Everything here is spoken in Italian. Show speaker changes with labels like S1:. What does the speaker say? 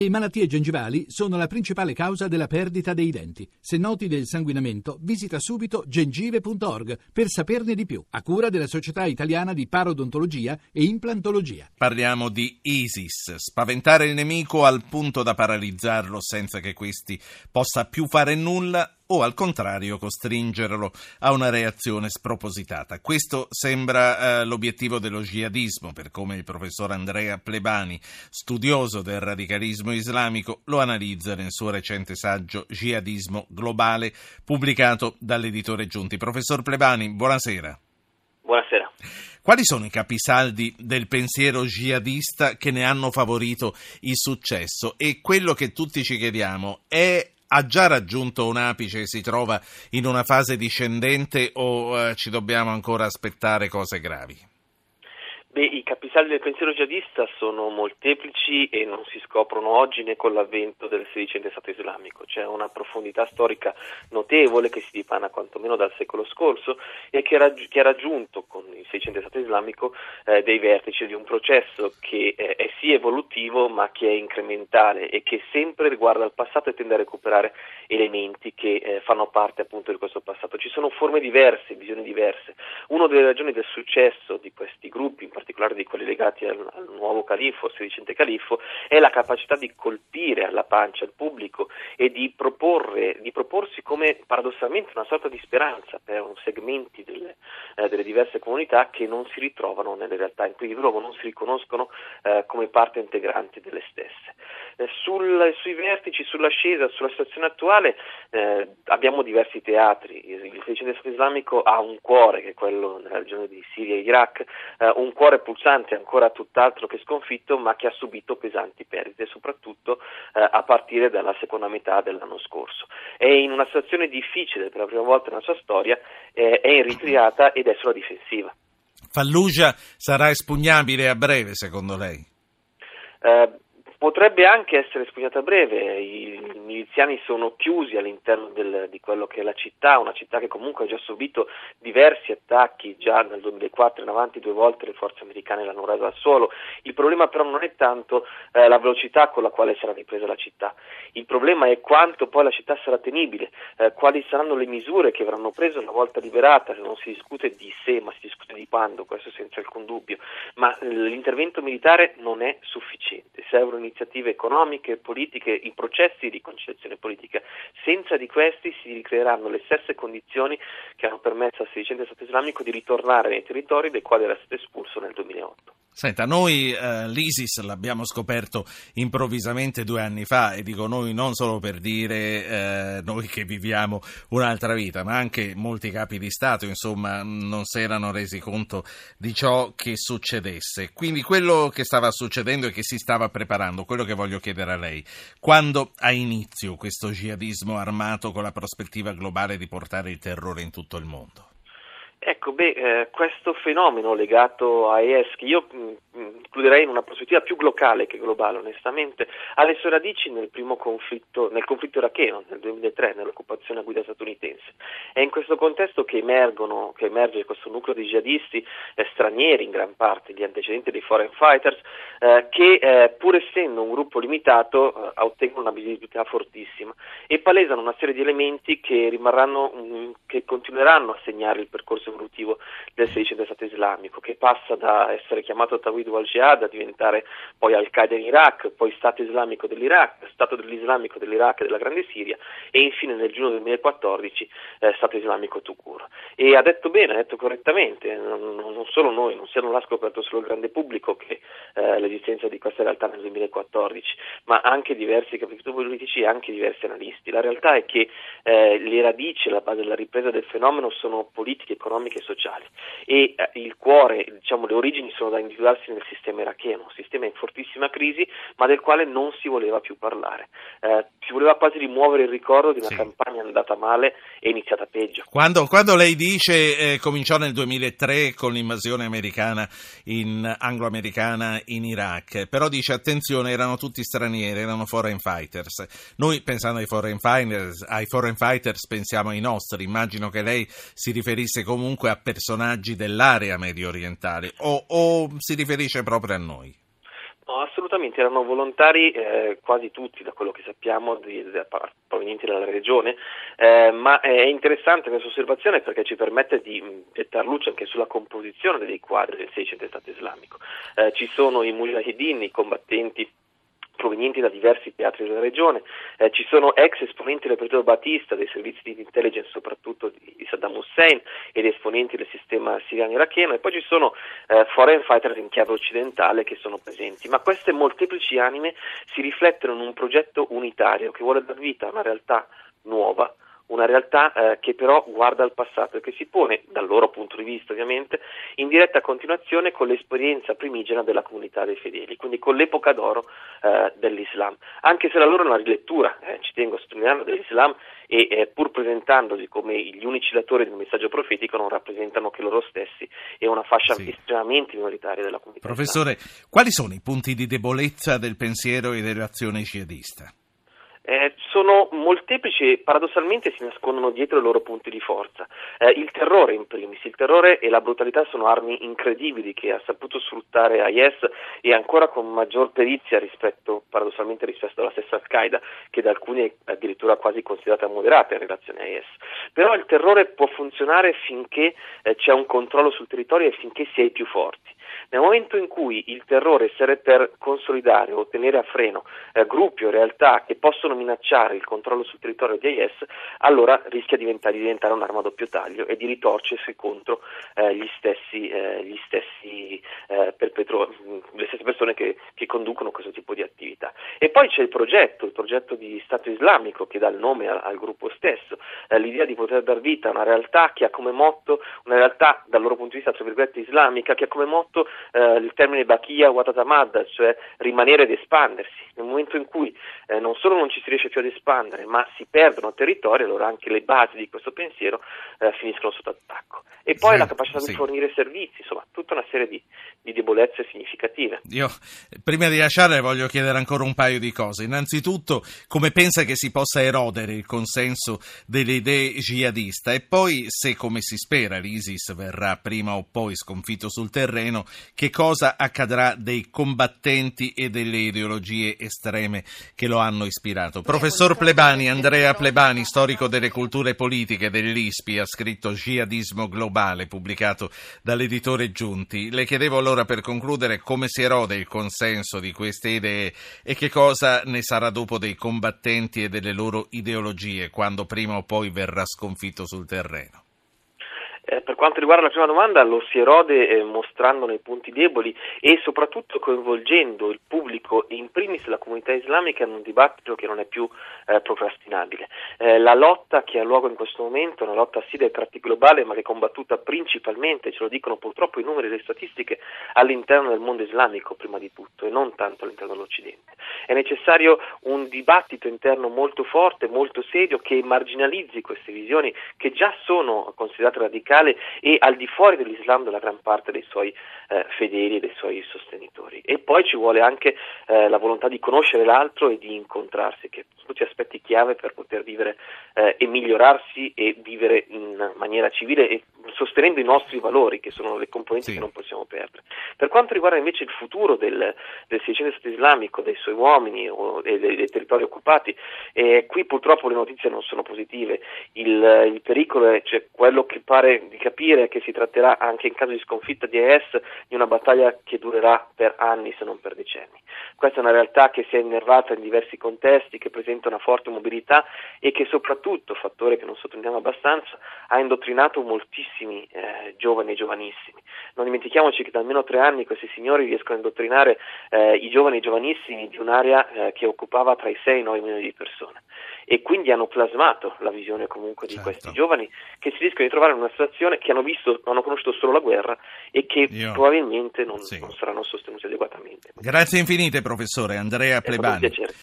S1: Le malattie gengivali sono la principale causa della perdita dei denti. Se noti del sanguinamento, visita subito gengive.org per saperne di più, a cura della Società Italiana di Parodontologia e Implantologia.
S2: Parliamo di ISIS, spaventare il nemico al punto da paralizzarlo senza che questi possa più fare nulla o al contrario costringerlo a una reazione spropositata. Questo sembra l'obiettivo dello jihadismo, per come il professor Andrea Plebani, studioso del radicalismo islamico, lo analizza nel suo recente saggio Jihadismo globale, pubblicato dall'editore Giunti. Professor Plebani, buonasera.
S3: Buonasera.
S2: Quali sono i capisaldi del pensiero jihadista che ne hanno favorito il successo? E quello che tutti ci chiediamo ha già raggiunto un apice e si trova in una fase discendente o ci dobbiamo ancora aspettare cose gravi?
S3: I capisaldi del pensiero jihadista sono molteplici e non si scoprono oggi né con l'avvento del sedicente Stato islamico. C'è una profondità storica notevole che si dipana quantomeno dal secolo scorso e che ha raggiunto con il sedicente Stato islamico dei vertici di un processo che è sì evolutivo ma che è incrementale e che sempre riguarda il passato e tende a recuperare elementi che fanno parte appunto di questo passato. Ci sono forme diverse, visioni diverse. Una delle ragioni del successo di questi gruppi, in particolare di quelli legati al nuovo califfo, al sedicente califfo, è la capacità di colpire alla pancia il pubblico e di proporsi come paradossalmente una sorta di speranza per segmenti delle diverse comunità che non si ritrovano nelle realtà in cui vivono, non si riconoscono come parte integrante delle stesse. Sui vertici, sull'ascesa, sulla situazione attuale abbiamo diversi teatri. Il sedicente Stato islamico ha un cuore, che è quello nella regione di Siria e Iraq, un cuore pulsante ancora tutt'altro che sconfitto, ma che ha subito pesanti perdite, soprattutto a partire dalla seconda metà dell'anno scorso. È in una situazione difficile per la prima volta nella sua storia, è in ritirata ed è sulla difensiva.
S2: Fallujah sarà espugnabile a breve, secondo lei?
S3: Potrebbe anche essere espugnata a breve. I miliziani sono chiusi all'interno di quello che è la città, una città che comunque ha già subito diversi attacchi, già nel 2004 in avanti 2 volte le forze americane l'hanno rasa al suolo. Il problema però non è tanto la velocità con la quale sarà ripresa la città, il problema è quanto poi la città sarà tenibile, quali saranno le misure che verranno prese una volta liberata. Non si discute di se, ma si discute di quando, questo senza alcun dubbio, ma l'intervento militare non è sufficiente, servono iniziative economiche, politiche, i processi di conciliazione politica. Senza di questi si ricreeranno le stesse condizioni che hanno permesso al sedicente Stato islamico di ritornare nei territori dai quali era stato espulso nel 2008.
S2: Senta, noi l'ISIS l'abbiamo scoperto improvvisamente 2 anni fa, e dico noi non solo per dire noi che viviamo un'altra vita, ma anche molti capi di Stato, insomma, non si erano resi conto di ciò che succedesse. Quindi quello che stava succedendo e che si stava preparando, quello che voglio chiedere a lei: quando ha inizio questo jihadismo armato con la prospettiva globale di portare il terrore in tutto il mondo?
S3: Ecco, questo fenomeno legato a IS, che io includerei in una prospettiva più locale che globale, onestamente, ha le sue radici nel conflitto iracheno, nel 2003, nell'occupazione a guida statunitense. È in questo contesto che emerge questo nucleo di jihadisti stranieri, in gran parte gli antecedenti dei foreign fighters, che pur essendo un gruppo limitato ottengono una visibilità fortissima e palesano una serie di elementi che che continueranno a segnare il percorso evolutivo del sedicente Stato islamico, che passa da essere chiamato Tawhid wal-Jihad a diventare poi Al-Qaeda in Iraq, poi Stato islamico dell'Iraq, Stato dell'islamico dell'Iraq e della Grande Siria, e infine nel giugno 2014 Stato islamico tout court. E ha detto bene, ha detto correttamente, non solo noi, non l'ha scoperto solo il grande pubblico che l'esistenza di questa realtà nel 2014, ma anche diversi capitoli politici e anche diversi analisti. La realtà è che le radici, la base della ripresa del fenomeno sono politiche, economiche e sociali, e il cuore, le origini sono da individuarsi nel sistema iracheno, un sistema in fortissima crisi ma del quale non si voleva più parlare, si voleva quasi rimuovere il ricordo di una campagna andata male e iniziata peggio.
S2: Quando lei dice cominciò nel 2003 con l'invasione anglo-americana in Iraq, però dice attenzione, erano tutti stranieri, erano foreign fighters. Noi pensando ai foreign fighters pensiamo ai nostri. Immagino che lei si riferisse comunque a personaggi dell'area medio orientale o si riferisce proprio a noi?
S3: No, assolutamente, erano volontari quasi tutti, da quello che sappiamo, provenienti dalla regione, ma è interessante questa osservazione perché ci permette di gettar luce anche sulla composizione dei quadri del sedicente Stato islamico. Ci sono i mujahideen, i combattenti provenienti da diversi teatri della regione, ci sono ex esponenti del periodo Batista, dei servizi di intelligence soprattutto di Saddam Hussein ed esponenti del sistema siriano-iracheno, e poi ci sono foreign fighters in chiave occidentale che sono presenti, ma queste molteplici anime si riflettono in un progetto unitario che vuole dar vita a una realtà nuova, una realtà che però guarda al passato e che si pone, dal loro punto di vista ovviamente, in diretta continuazione con l'esperienza primigena della comunità dei fedeli, quindi con l'epoca d'oro dell'Islam, anche se la loro è una rilettura, ci tengo a sottolinearlo, dell'Islam, e pur presentandosi come gli unici datori del messaggio profetico non rappresentano che loro stessi e una fascia estremamente minoritaria della comunità.
S2: Professore, quali sono i punti di debolezza del pensiero e dell'azione jihadista?
S3: Sono molteplici e paradossalmente si nascondono dietro i loro punti di forza. Il terrore in primis, il terrore e la brutalità sono armi incredibili che ha saputo sfruttare IS e ancora con maggior perizia paradossalmente rispetto alla stessa Al-Qaeda, che da alcuni è addirittura quasi considerata moderata in relazione a IS. Però il terrore può funzionare finché c'è un controllo sul territorio e finché si è i più forti. Nel momento in cui il terrore serve per consolidare o tenere a freno gruppi o realtà che possono minacciare il controllo sul territorio di IS, allora rischia di diventare un'arma a doppio taglio e di ritorcersi contro le stesse persone che conducono questo tipo di attività. E poi c'è il progetto di Stato islamico che dà il nome al gruppo stesso, l'idea di poter dar vita a una realtà che ha come motto, una realtà dal loro punto di vista tra virgolette islamica, che ha come motto il termine Baqiya wa Tatamad, cioè rimanere ed espandersi. Nel momento in cui non solo non ci si riesce più ad espandere, ma si perdono territori, allora anche le basi di questo pensiero finiscono sotto attacco. E poi la capacità di fornire servizi, insomma, tutta una serie di debolezze significative.
S2: Io, prima di lasciare, voglio chiedere ancora un paio di cose. Innanzitutto, come pensa che si possa erodere il consenso delle idee jihadiste? E poi, se come si spera l'ISIS verrà prima o poi sconfitto sul terreno, che cosa accadrà dei combattenti e delle ideologie estreme che lo hanno ispirato? Professor Plebani, Andrea Plebani, storico delle culture politiche dell'ISPI, ha scritto Jihadismo globale, pubblicato dall'editore Giunti. Le chiedevo allora, per concludere, come si erode il consenso di queste idee e che cosa ne sarà dopo dei combattenti e delle loro ideologie quando prima o poi verrà sconfitto sul terreno.
S3: Per quanto riguarda la prima domanda, lo si erode mostrandone i punti deboli e soprattutto coinvolgendo il pubblico, in primis la comunità islamica, in un dibattito che non è più procrastinabile. La lotta che ha luogo in questo momento è una lotta sì dai tratti globali, ma che è combattuta principalmente, ce lo dicono purtroppo i numeri e le statistiche, all'interno del mondo islamico prima di tutto e non tanto all'interno dell'Occidente. È necessario un dibattito interno molto forte, molto serio, che marginalizzi queste visioni che già sono considerate radicali e al di fuori dell'Islam della gran parte dei suoi fedeli e dei suoi sostenitori. E poi ci vuole anche la volontà di conoscere l'altro e di incontrarsi, che sono tutti aspetti chiave per poter vivere e migliorarsi e vivere in maniera civile e sostenendo i nostri valori, che sono le componenti che non possiamo perdere. Per quanto riguarda invece il futuro del sedicente Stato islamico, dei suoi uomini e dei territori occupati, qui purtroppo le notizie non sono positive. Il pericolo è quello che pare di capire, che si tratterà anche in caso di sconfitta di IS di una battaglia che durerà per anni se non per decenni. Questa è una realtà che si è innervata in diversi contesti, che presenta una forte mobilità e che soprattutto, fattore che non sottolineiamo abbastanza, ha indottrinato moltissimi giovani e giovanissimi. Non dimentichiamoci che da almeno 3 anni questi signori riescono a indottrinare i giovani e giovanissimi di un'area che occupava tra i 6 e i 9 milioni di persone, e quindi hanno plasmato la visione comunque di questi giovani che si rischiano di trovare in una situazione che hanno conosciuto solo la guerra e che probabilmente non saranno sostenuti adeguatamente.
S2: Grazie infinite, professore Andrea Plebani.